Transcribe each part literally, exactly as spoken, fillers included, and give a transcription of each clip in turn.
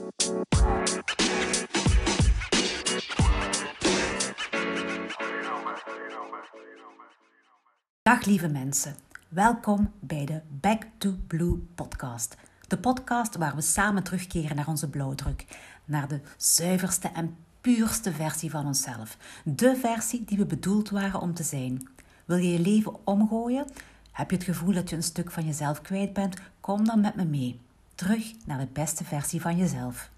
Dag lieve mensen, welkom bij de Back to Blue podcast. De podcast waar we samen terugkeren naar onze blauwdruk, naar de zuiverste en puurste versie van onszelf. De versie die we bedoeld waren om te zijn. Wil je je leven omgooien? Heb je het gevoel dat je een stuk van jezelf kwijt bent? Kom dan met me mee. Terug naar de beste versie van jezelf.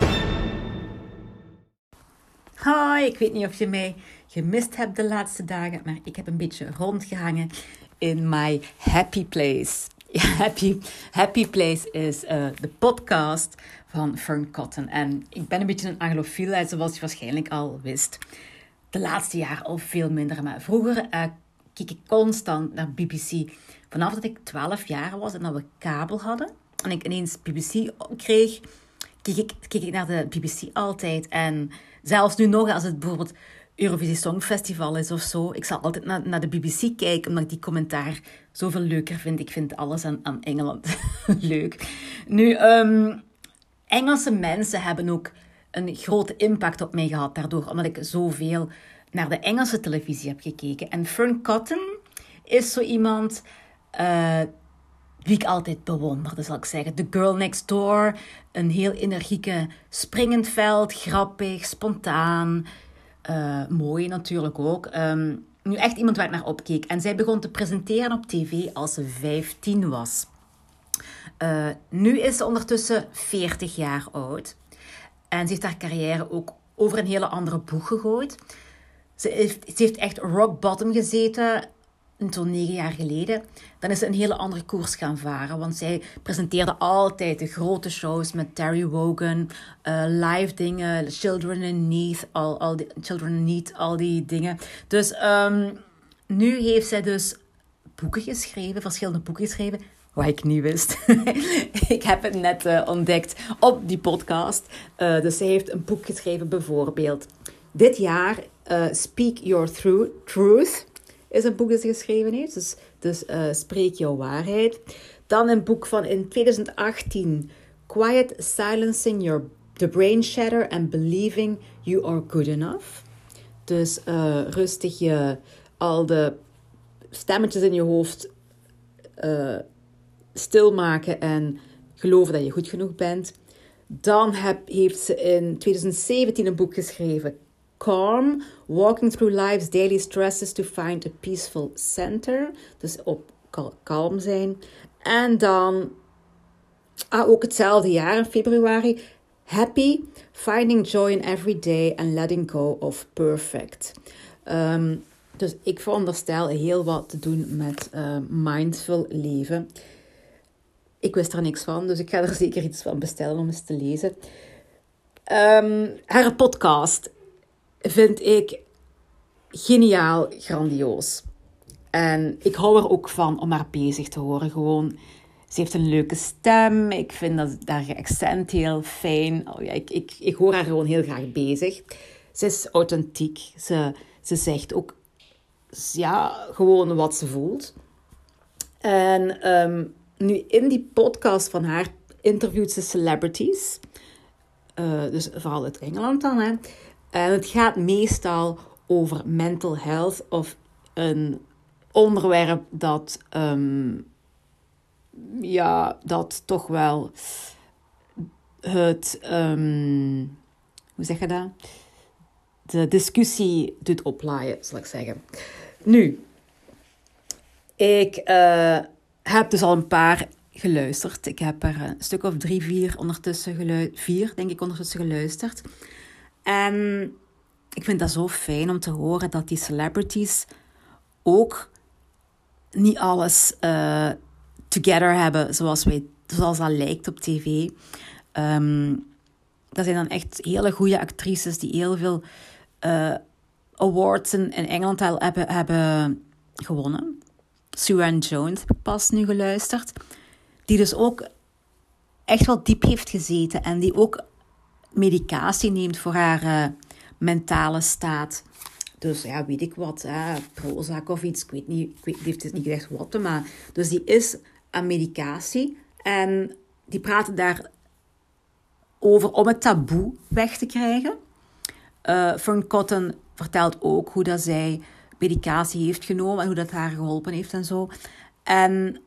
Hoi, ik weet niet of je mij gemist hebt de laatste dagen, maar ik heb een beetje rondgehangen in my happy place. Happy, happy Place is uh, de podcast van Fearne Cotton. En ik ben een beetje een anglofiel, zoals je waarschijnlijk al wist. De laatste jaar al veel minder, maar vroeger uh, keek ik constant naar B B C. Vanaf dat ik twaalf jaar was en dat we kabel hadden en ik ineens B B C kreeg, keek ik, keek ik naar de B B C altijd. En zelfs nu nog, als het bijvoorbeeld Eurovisie Songfestival is of zo, ik zal altijd naar, naar de B B C kijken, omdat ik die commentaar zoveel leuker vind. Ik vind alles aan, aan Engeland leuk. Nu, um, Engelse mensen hebben ook een grote impact op mij gehad daardoor, omdat ik zoveel naar de Engelse televisie heb gekeken. En Fearne Cotton is zo iemand uh, wie ik altijd bewonderde, zal ik zeggen. The Girl Next Door, een heel energieke, springend veld, grappig, spontaan, uh, mooi natuurlijk ook. Um, nu echt iemand waar ik naar opkeek. En zij begon te presenteren op tv als ze vijftien was. Uh, nu is ze ondertussen veertig jaar oud. En ze heeft haar carrière ook over een hele andere boeg gegooid. Ze heeft, ze heeft echt rock bottom gezeten, zo'n negen jaar geleden. Dan is ze een hele andere koers gaan varen. Want zij presenteerde altijd de grote shows met Terry Wogan, uh, live dingen, Children in Need, al, al die, Children in Need, al die dingen. Dus um, nu heeft zij dus boeken geschreven, verschillende boeken geschreven, wat ik niet wist. Ik heb het net uh, ontdekt op die podcast. Uh, dus zij heeft een boek geschreven, bijvoorbeeld dit jaar, uh, Speak Your Truth, is een boek dat ze geschreven heeft. Dus, dus uh, Spreek Jouw Waarheid. Dan een boek van in twintig achttien, Quiet Silencing Your, the Brain Shatter and Believing You Are Good Enough. Dus uh, rustig je al de stemmetjes in je hoofd uh, stilmaken en geloven dat je goed genoeg bent. Dan heb, heeft ze in twintig zeventien een boek geschreven, Calm, Walking Through Life's Daily Stresses to Find a Peaceful Center. Dus op kal- kalm zijn. En dan, ah, ook hetzelfde jaar in februari, Happy, Finding Joy in Every Day and Letting Go of Perfect. Um, dus ik veronderstel heel wat te doen met uh, mindful leven. Ik wist er niks van, dus ik ga er zeker iets van bestellen om eens te lezen. Um, haar podcast vind ik geniaal, grandioos. En ik hou er ook van om haar bezig te horen. Gewoon, ze heeft een leuke stem. Ik vind dat haar accent heel fijn. Oh ja, ik, ik, ik hoor haar gewoon heel graag bezig. Ze is authentiek. Ze, ze zegt ook ja, gewoon wat ze voelt. En um, nu in die podcast van haar interviewt ze celebrities. Uh, dus vooral uit Engeland dan, hè. En het gaat meestal over mental health of een onderwerp dat, um, ja, dat toch wel het, um, hoe zeg je dat? De discussie doet oplaaien, zal ik zeggen. Nu, ik uh, heb dus al een paar geluisterd. Ik heb er een stuk of drie, vier ondertussen geluisterd. Vier, denk ik, ondertussen geluisterd. En ik vind dat zo fijn om te horen dat die celebrities ook niet alles uh, together hebben zoals, wij, zoals dat lijkt op tv. Um, dat zijn dan echt hele goede actrices die heel veel uh, awards in, in Engeland al hebben, hebben gewonnen. Sue Ann Jones heb ik pas nu geluisterd. Die dus ook echt wel diep heeft gezeten en die ook medicatie neemt voor haar uh, mentale staat. Dus ja, weet ik wat, hè, Prozac of iets, ik weet niet, ik weet, die heeft het niet gezegd wat, maar dus die is aan medicatie en die praten daar over om het taboe weg te krijgen. Uh, Fern Cotton vertelt ook hoe dat zij medicatie heeft genomen en hoe dat haar geholpen heeft en zo. En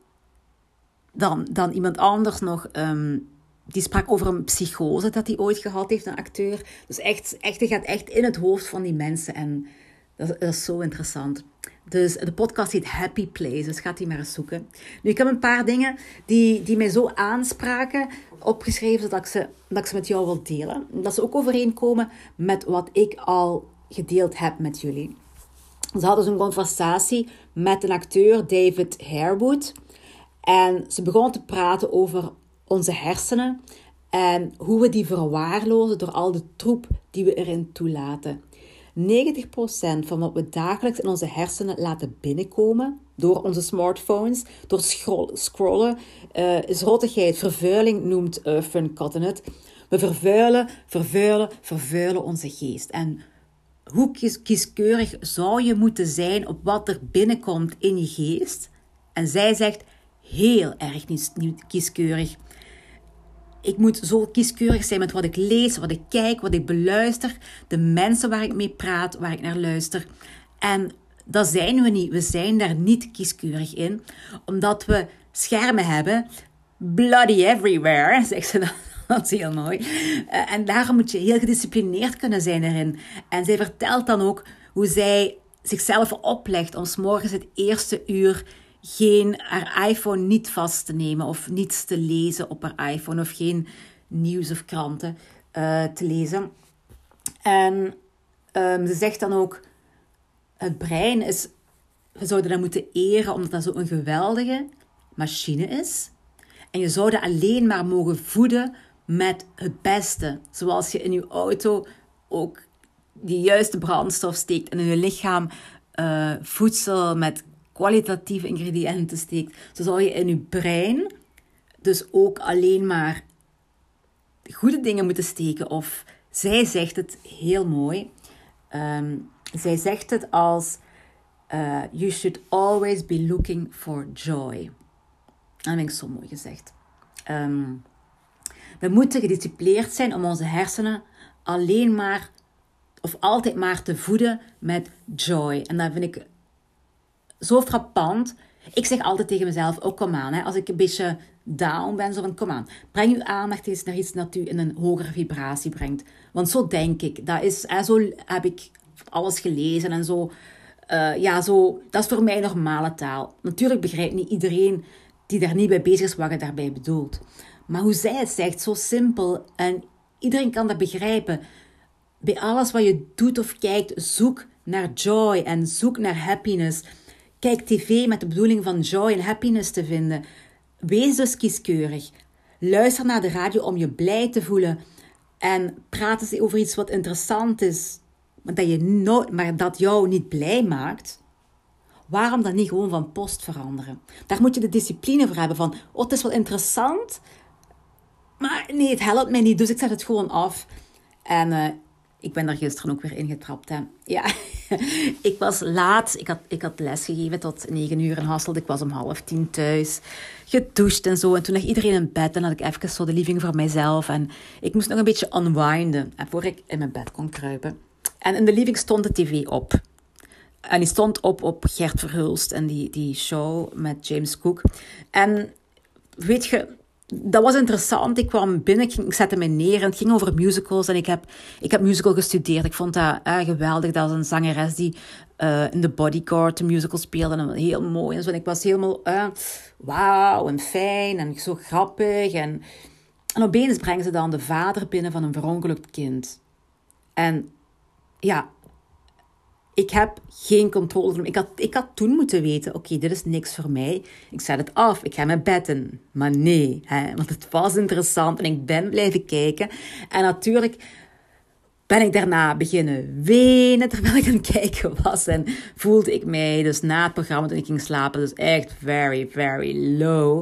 dan, dan iemand anders nog, um, die sprak over een psychose dat hij ooit gehad heeft, een acteur. Dus echt, echt, hij gaat echt in het hoofd van die mensen en dat, dat is zo interessant. Dus de podcast heet Happy Place, dus gaat die maar eens zoeken. Nu, ik heb een paar dingen die, die mij zo aanspraken opgeschreven, zodat ik ze, dat ik ze met jou wil delen. Dat ze ook overeenkomen met wat ik al gedeeld heb met jullie. Ze hadden zo'n conversatie met een acteur, David Harewood. En ze begon te praten over onze hersenen en hoe we die verwaarlozen door al de troep die we erin toelaten. negentig procent van wat we dagelijks in onze hersenen laten binnenkomen door onze smartphones, door scroll, scrollen, uh, is rottigheid, vervuiling noemt uh, Fern Cotton het. We vervuilen, vervuilen, vervuilen onze geest. En hoe kies, kieskeurig zou je moeten zijn op wat er binnenkomt in je geest? En zij zegt heel erg niet, niet kieskeurig. Ik moet zo kieskeurig zijn met wat ik lees, wat ik kijk, wat ik beluister. De mensen waar ik mee praat, waar ik naar luister. En dat zijn we niet. We zijn daar niet kieskeurig in. Omdat we schermen hebben. Bloody everywhere, zegt ze dan. Dat is heel mooi. Uh, en daarom moet je heel gedisciplineerd kunnen zijn erin. En zij vertelt dan ook hoe zij zichzelf oplegt om 's morgens het eerste uur geen, haar iPhone niet vast te nemen of niets te lezen op haar iPhone of geen nieuws of kranten uh, te lezen. En um, ze zegt dan ook, het brein is, we zouden dat moeten eren omdat dat zo'n geweldige machine is. En je zou dat alleen maar mogen voeden met het beste. Zoals je in je auto ook de juiste brandstof steekt en in je lichaam uh, voedsel met kwalitatieve ingrediënten steekt. Zo zou je in je brein dus ook alleen maar goede dingen moeten steken. Of zij zegt het heel mooi. Um, zij zegt het als uh, you should always be looking for joy. En dat vind ik zo mooi gezegd. Um, we moeten gedisciplineerd zijn om onze hersenen alleen maar of altijd maar te voeden met joy. En dat vind ik zo frappant. Ik zeg altijd tegen mezelf, oh kom aan, hè, als ik een beetje down ben, zo van kom aan, breng uw aandacht eens naar iets dat u in een hogere vibratie brengt. Want zo denk ik, dat is, hè, zo heb ik alles gelezen en zo. Uh, ja, zo, dat is voor mij normale taal. Natuurlijk begrijpt niet iedereen die daar niet bij bezig is wat je daarbij bedoelt. Maar hoe zij het zegt, zo simpel en iedereen kan dat begrijpen. Bij alles wat je doet of kijkt, zoek naar joy en zoek naar happiness. Kijk tv met de bedoeling van joy en happiness te vinden. Wees dus kieskeurig. Luister naar de radio om je blij te voelen. En praat eens over iets wat interessant is, maar dat, je no- maar dat jou niet blij maakt. Waarom dan niet gewoon van post veranderen? Daar moet je de discipline voor hebben van, oh, het is wel interessant, maar nee, het helpt mij niet, dus ik zet het gewoon af. En uh, ik ben daar gisteren ook weer ingetrapt. Hè. Ja, ik was laat. Ik had, ik had les gegeven tot negen uur in Hasselt. Ik was om half tien thuis. Gedoucht en zo. En toen lag iedereen in bed. En had ik even zo de living voor mijzelf. En ik moest nog een beetje unwinden. Voor ik in mijn bed kon kruipen. En in de living stond de tv op. En die stond op op Gert Verhulst. En die, die show met James Cook. En weet je, dat was interessant. Ik kwam binnen, ik, ging, ik zette me neer en het ging over musicals. En ik heb, ik heb musical gestudeerd. Ik vond dat uh, geweldig. Dat was een zangeres die uh, in The Bodyguard de musical speelde. En heel mooi en zo. En ik was helemaal uh, wauw en fijn en zo grappig. En, en opeens brengen ze dan de vader binnen van een verongelukt kind. En ja, ik heb geen controle. Ik had, ik had toen moeten weten, oké, okay, dit is niks voor mij. Ik zet het af, ik ga mijn bed in. Maar nee, hè, want het was interessant en ik ben blijven kijken. En natuurlijk ben ik daarna beginnen wenen terwijl ik aan het kijken was. En voelde ik mij dus na het programma toen ik ging slapen, dus echt very, very low.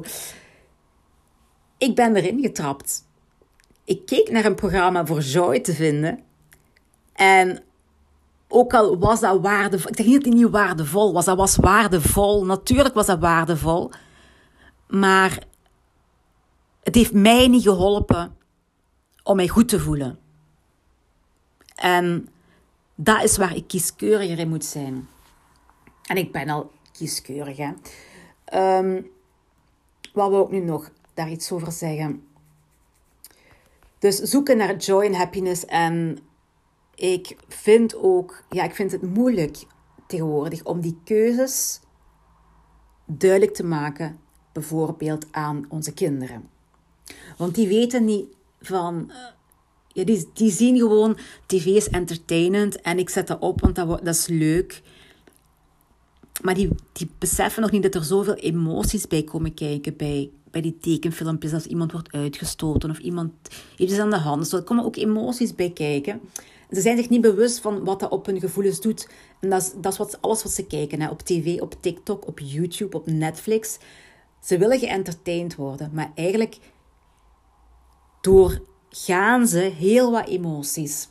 Ik ben erin getrapt. Ik keek naar een programma voor joy te vinden. En ook al was dat waardevol, ik zeg niet dat het niet waardevol was, dat was waardevol. Natuurlijk was dat waardevol. Maar het heeft mij niet geholpen om mij goed te voelen. En dat is waar ik kieskeuriger in moet zijn. En ik ben al kieskeurig, hè. Um, wat wil ik nu nog daar iets over zeggen? Dus zoeken naar joy en happiness. En ik vind ook, ja, ik vind het moeilijk tegenwoordig om die keuzes duidelijk te maken, bijvoorbeeld aan onze kinderen. Want die weten niet van, ja, die, die zien gewoon, tv is entertainend en ik zet dat op, want dat, dat is leuk. Maar die, die beseffen nog niet dat er zoveel emoties bij komen kijken bij, bij die tekenfilmpjes. Als iemand wordt uitgestoten of iemand heeft iets aan de hand. Zo, er komen ook emoties bij kijken. Ze zijn zich niet bewust van wat dat op hun gevoelens doet. En dat is, dat is wat, alles wat ze kijken. Hè. Op tv, op TikTok, op YouTube, op Netflix. Ze willen geëntertained worden. Maar eigenlijk doorgaan ze heel wat emoties.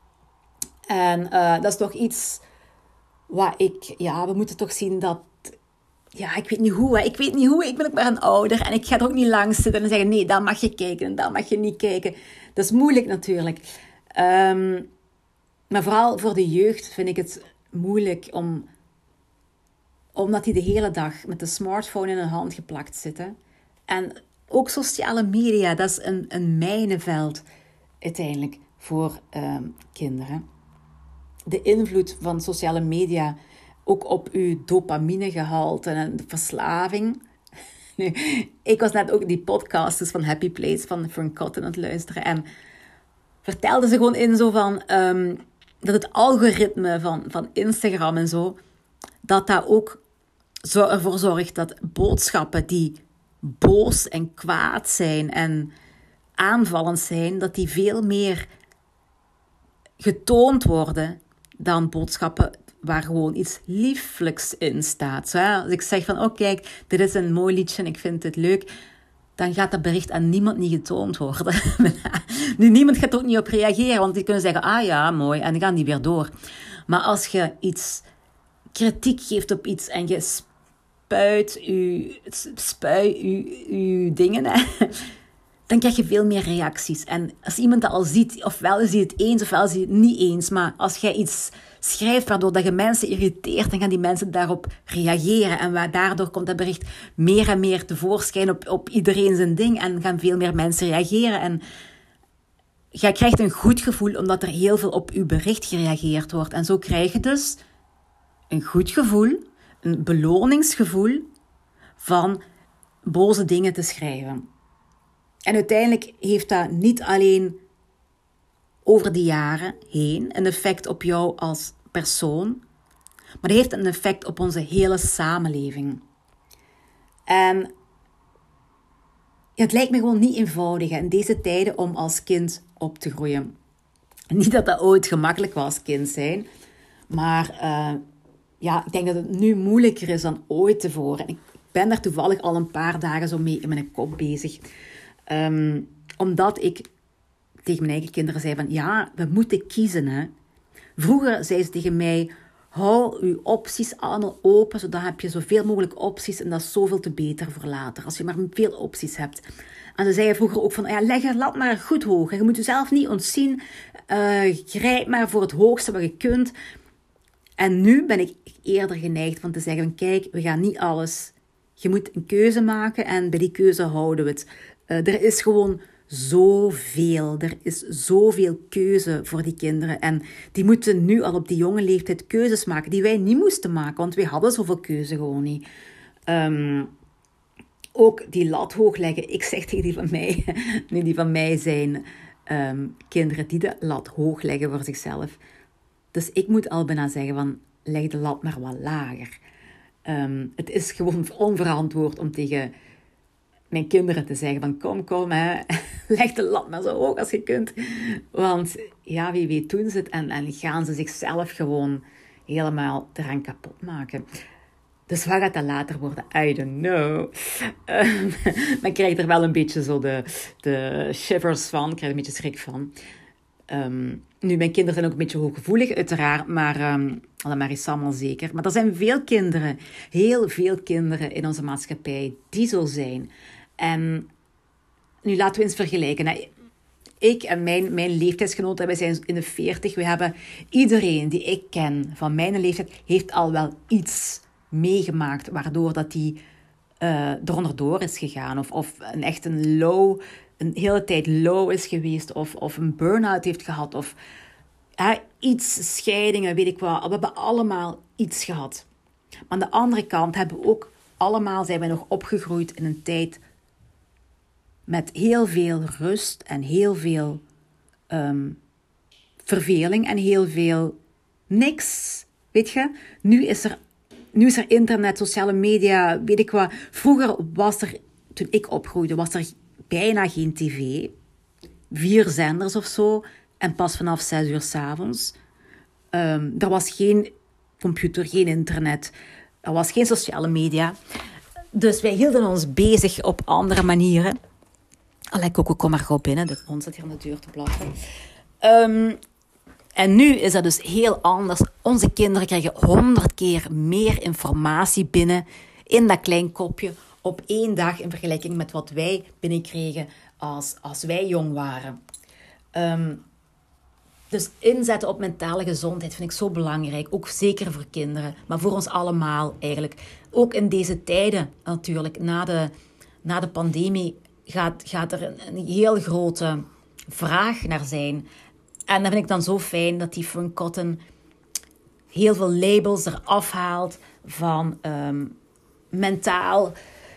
En uh, dat is toch iets wat ik... Ja, we moeten toch zien dat... Ja, ik weet niet hoe. Hè. Ik weet niet hoe. Ik ben ook maar een ouder. En ik ga er ook niet langs zitten en zeggen... Nee, daar mag je kijken en daar mag je niet kijken. Dat is moeilijk natuurlijk. Um, maar vooral voor de jeugd vind ik het moeilijk om... Omdat die de hele dag met de smartphone in hun hand geplakt zitten. En ook sociale media, dat is een, een mijnenveld uiteindelijk voor um, kinderen. De invloed van sociale media... Ook op uw dopaminegehalte en de verslaving. Nu, ik was net ook die podcasters van Happy Place van Frank Cotton aan het luisteren. En vertelde ze gewoon in zo van... Um, dat het algoritme van, van Instagram en zo... Dat dat ook zo ervoor zorgt dat boodschappen die boos en kwaad zijn... En aanvallend zijn... Dat die veel meer getoond worden dan boodschappen... waar gewoon iets lieflijks in staat. Zo, als ik zeg van, oh kijk, dit is een mooi liedje en ik vind het leuk, dan gaat dat bericht aan niemand niet getoond worden. Nu, niemand gaat er ook niet op reageren, want die kunnen zeggen, ah ja, mooi, en dan gaan die weer door. Maar als je iets kritiek geeft op iets en je spuit je, spuit je, je dingen, hè, dan krijg je veel meer reacties. En als iemand dat al ziet, ofwel is hij het eens, ofwel is hij het niet eens, maar als jij iets schrijft waardoor dat je mensen irriteert, dan gaan die mensen daarop reageren. En waar, daardoor komt dat bericht meer en meer tevoorschijn op, op iedereen zijn ding. En gaan veel meer mensen reageren. En jij krijgt een goed gevoel omdat er heel veel op je bericht gereageerd wordt. En zo krijg je dus een goed gevoel, een beloningsgevoel van boze dingen te schrijven. En uiteindelijk heeft dat niet alleen over de jaren heen een effect op jou als persoon, maar dat heeft een effect op onze hele samenleving. En ja, het lijkt me gewoon niet eenvoudig in deze tijden om als kind op te groeien. Niet dat dat ooit gemakkelijk was, kind zijn, maar uh, ja, ik denk dat het nu moeilijker is dan ooit tevoren. En ik ben daar toevallig al een paar dagen zo mee in mijn kop bezig. Um, omdat ik tegen mijn eigen kinderen zei van, ja, we moeten kiezen, hè. Vroeger zei ze tegen mij, hou uw opties allemaal open, zodat heb je zoveel mogelijk opties en dat is zoveel te beter voor later, als je maar veel opties hebt. En ze zei vroeger ook van, ja, leg je lat maar goed hoog. Je moet jezelf niet ontzien, uh, grijp maar voor het hoogste wat je kunt. En nu ben ik eerder geneigd van te zeggen, kijk, we gaan niet alles. Je moet een keuze maken en bij die keuze houden we het. Uh, er is gewoon zoveel. Er is zoveel keuze voor die kinderen. En die moeten nu al op die jonge leeftijd keuzes maken die wij niet moesten maken. Want wij hadden zoveel keuze gewoon niet. Um, ook die lat hoog leggen. Ik zeg tegen die van mij, nu die van mij zijn um, kinderen die de lat hoog leggen voor zichzelf. Dus ik moet al bijna zeggen van, leg de lat maar wat lager. Um, het is gewoon onverantwoord om tegen mijn kinderen te zeggen van kom, kom, hè, leg de lat maar zo hoog als je kunt. Want ja, wie weet doen ze het en, en gaan ze zichzelf gewoon helemaal eraan kapot maken. Dus wat gaat dat later worden? I don't know. Um, maar ik krijg er wel een beetje zo de, de shivers van, ik krijg er een beetje schrik van. Um, nu, mijn kinderen zijn ook een beetje hooggevoelig, uiteraard, maar um, dat maar is allemaal zeker. Maar er zijn veel kinderen, heel veel kinderen in onze maatschappij die zo zijn. En nu laten we eens vergelijken. ik en mijn, mijn leeftijdsgenoten, wij zijn in de veertig, we hebben iedereen die ik ken van mijn leeftijd, heeft al wel iets meegemaakt waardoor dat die uh, eronder door is gegaan. Of, of een echt een low, een hele tijd low is geweest. Of, of een burn-out heeft gehad. Of ja, iets, scheidingen, weet ik wat. We hebben allemaal iets gehad. Maar aan de andere kant hebben we ook allemaal, zijn we nog opgegroeid in een tijd met heel veel rust en heel veel um, verveling en heel veel niks. Weet je, nu is er, nu is er internet, sociale media, weet ik wat. Vroeger was er, toen ik opgroeide, was er bijna geen tv. Vier zenders of zo. En pas vanaf zes uur 's avonds. Um, er was geen computer, geen internet. Er was geen sociale media. Dus wij hielden ons bezig op andere manieren. Allee, Coco, kom maar gauw binnen. De hond zit hier aan de deur te blaffen. Um, en nu is dat dus heel anders. Onze kinderen krijgen honderd keer meer informatie binnen in dat klein kopje op één dag in vergelijking met wat wij binnenkregen als, als wij jong waren. Um, dus inzetten op mentale gezondheid vind ik zo belangrijk. Ook zeker voor kinderen, maar voor ons allemaal eigenlijk. Ook in deze tijden natuurlijk, na de, na de pandemie, gaat, gaat er een, een heel grote vraag naar zijn. En dat vind ik dan zo fijn dat die Fearne Cotton heel veel labels eraf haalt van um, mentaal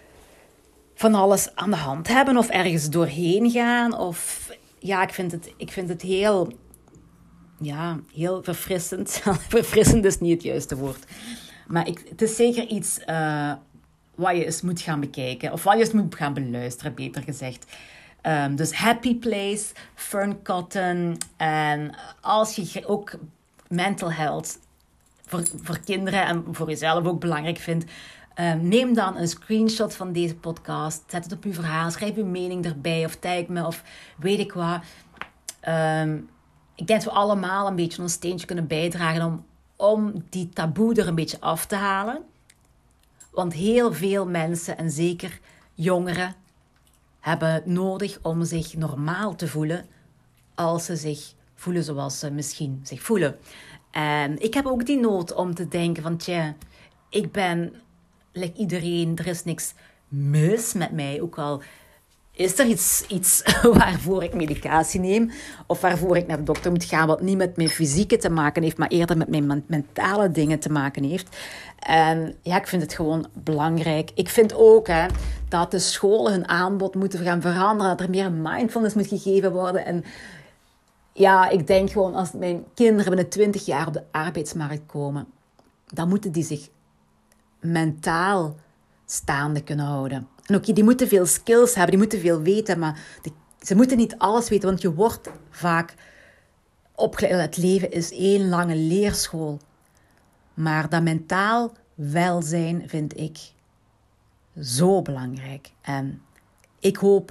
van alles aan de hand hebben of ergens doorheen gaan. Of ja, ik vind het, ik vind het heel, ja, heel verfrissend. Verfrissend is niet het juiste woord. Maar ik, het is zeker iets uh, wat je eens moet gaan bekijken. Of wat je eens moet gaan beluisteren, beter gezegd. Um, dus Happy Place, Fearne Cotton. En als je ook mental health voor, voor kinderen en voor jezelf ook belangrijk vindt, um, neem dan een screenshot van deze podcast. Zet het op je verhaal, schrijf je mening erbij of tag me of weet ik wat. Um, ik denk dat we allemaal een beetje ons steentje kunnen bijdragen om, om die taboe er een beetje af te halen. Want heel veel mensen en zeker jongeren hebben het nodig om zich normaal te voelen als ze zich voelen zoals ze misschien zich voelen. En ik heb ook die nood om te denken van, tja, ik ben, like iedereen, er is niks mis met mij. Ook al is er iets, iets waarvoor ik medicatie neem of waarvoor ik naar de dokter moet gaan, wat niet met mijn fysieke te maken heeft, maar eerder met mijn mentale dingen te maken heeft. En ja, ik vind het gewoon belangrijk. Ik vind ook hè, dat de scholen hun aanbod moeten gaan veranderen, dat er meer mindfulness moet gegeven worden. En ja, ik denk gewoon, als mijn kinderen binnen twintig jaar op de arbeidsmarkt komen, dan moeten die zich mentaal staande kunnen houden. En oké, okay, die moeten veel skills hebben, die moeten veel weten, maar die, ze moeten niet alles weten, want je wordt vaak opgeleid. Het leven is één lange leerschool. Maar dat mentaal welzijn vind ik zo belangrijk. En ik hoop,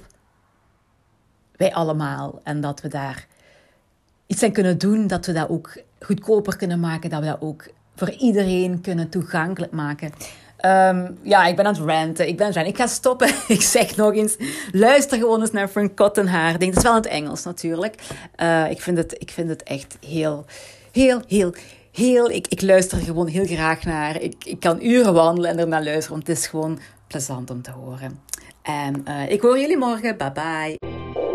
wij allemaal, en dat we daar iets aan kunnen doen, dat we dat ook goedkoper kunnen maken, dat we dat ook voor iedereen kunnen toegankelijk maken. Um, ja, ik ben aan het ranten. Ik ben aan het ranten. Ik ga stoppen. Ik zeg nog eens, luister gewoon eens naar Fearne Cotton haar ding. Het is wel in het Engels natuurlijk. Uh, ik, vind het, ik vind het echt heel, heel, heel, heel... Ik, ik luister er gewoon heel graag naar. Ik, ik kan uren wandelen en ernaar luisteren, want het is gewoon plezant om te horen. En uh, ik hoor jullie morgen. Bye bye.